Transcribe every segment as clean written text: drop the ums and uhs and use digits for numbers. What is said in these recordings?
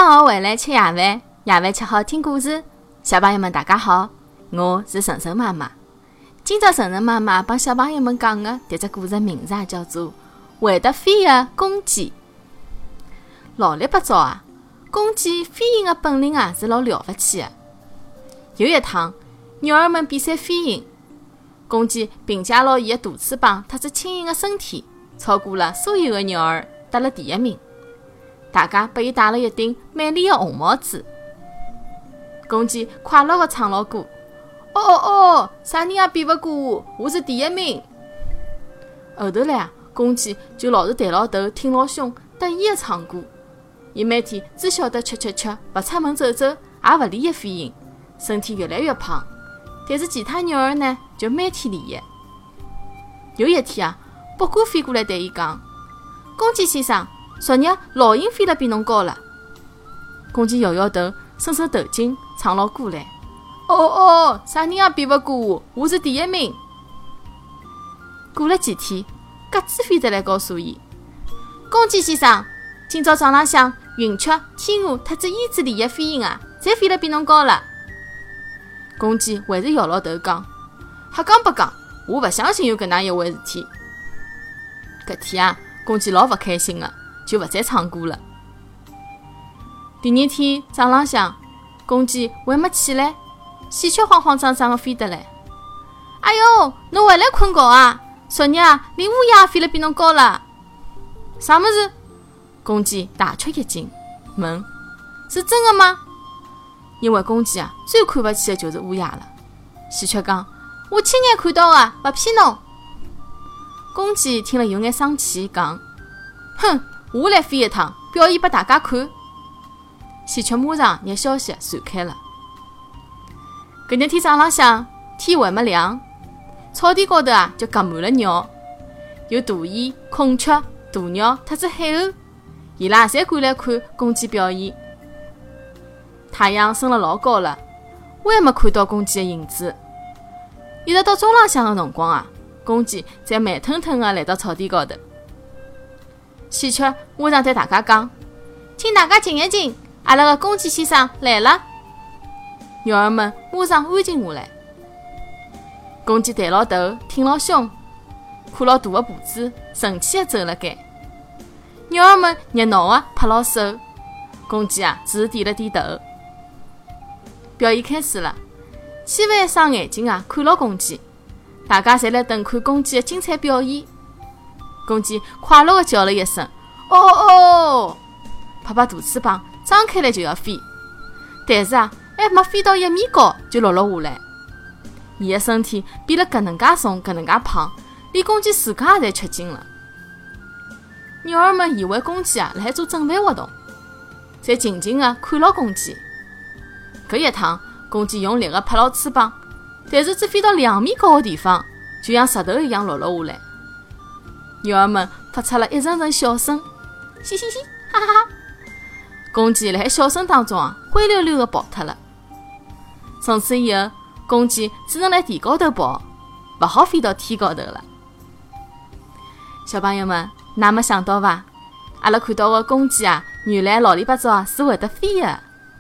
放学回来吃夜饭，夜饭吃好听故事。小朋友们大家好，我是晨晨妈妈。今朝晨晨妈妈帮小朋友们讲的迭只故事名字也叫做《会得飞的公鸡》。老里八早啊，公鸡飞行的本领是老了不起的。有一趟，鸟儿们比赛飞行，公鸡凭借牢伊的大翅膀特子轻盈的身体，超过了所有的鸟儿，得了第一名。大家拨伊戴了一顶美丽的红帽子。公鸡快乐地唱牢歌：哦哦哦，啥人也比不过我是第一名。后头来公鸡就老是抬牢头，挺牢胸，得意地唱歌。伊每天只晓得吃吃吃，不出门走走，也不练习飞行，身体越来越胖。但是其他鸟儿呢，就每天练习。有一天北瓜飞过来对伊讲：公鸡先生，昨日老鹰飞了比侬高了。公鸡摇摇头，伸伸头颈，唱牢歌来：哦哦，啥人也比不过我是第一名。过了几天，鸽子飞得来告诉伊：公鸡先生，今朝早浪向云雀、天鹅特子燕子练习飞行侪飞了比侬高了。公鸡还是摇牢头讲：瞎讲不讲，我不相信有搿能一回事体。搿天公鸡老勿开心的，就勿再唱歌了。第二天早浪向，公鸡还没起来，喜鹊慌慌张张的飞得来。哎哟，侬回来困觉啊？昨日连乌鸦也飞了比侬高了。啥么事？公鸡大吃一惊，问：是真的吗？因为公鸡最看不起的就是乌鸦了。喜鹊讲：我亲眼看到的，不骗侬。公鸡听了有眼生气，讲：哼，我来飞一趟，表演拨大家看。喜鹊马上拿消息传开了。搿日天早浪向，天还没亮，草地高头就夹满了鸟，有大雁、孔雀、大鸟特子海鸥，伊拉侪赶来看公鸡表演。太阳升了老高了，还没看到公鸡的影子。一直到中浪向的辰光公鸡才慢腾腾地来到草地高头。喜鹊马上对大家讲：请大家静一静，阿拉个公鸡先生来了。鸟儿们马上安静下来。公鸡抬牢头，挺牢胸，看牢大个步子，神气地走了该。鸟儿们热闹地拍牢手，公鸡只是点了点头。表演开始了，千万一双眼睛看牢公鸡，大家侪来等看公鸡的精彩表演。公鸡快乐地叫了一声：哦哦，拍拍大翅膀，张开来就要飞。但是还没飞到1米高就落了下来。伊的身体变得搿能介重，搿能介胖，连公鸡自家也侪吃惊了。鸟儿们以为公鸡辣海做准备活动，侪静静地看牢公鸡。搿一趟，公鸡用力地拍牢翅膀，但是只飞到2米高的地方，就像石头一样落了下来。鸟儿们发出了一阵阵笑声，嘻嘻嘻，哈哈哈！公鸡辣海笑声当中灰溜溜地跑脱了。从此以后，公鸡只能辣地高头跑，勿好飞到天高头了。小朋友们，㑚没想到伐？阿拉看到的公鸡原来老里八早是会得飞的。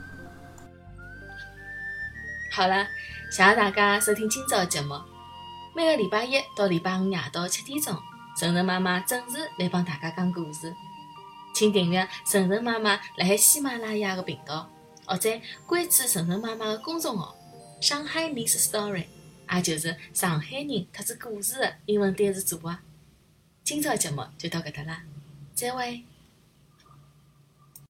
好了，谢谢大家收听今朝的节目。每个礼拜一到礼拜五夜到7点钟，晨晨妈妈准时来帮大家讲故事。请订阅晨晨妈妈辣海喜马拉雅的频道，或者关注晨晨妈妈的公众号“上海 Miss Story”， 也就是上海人特子故事的英文单词组合。今朝的节目就到搿搭啦，再会。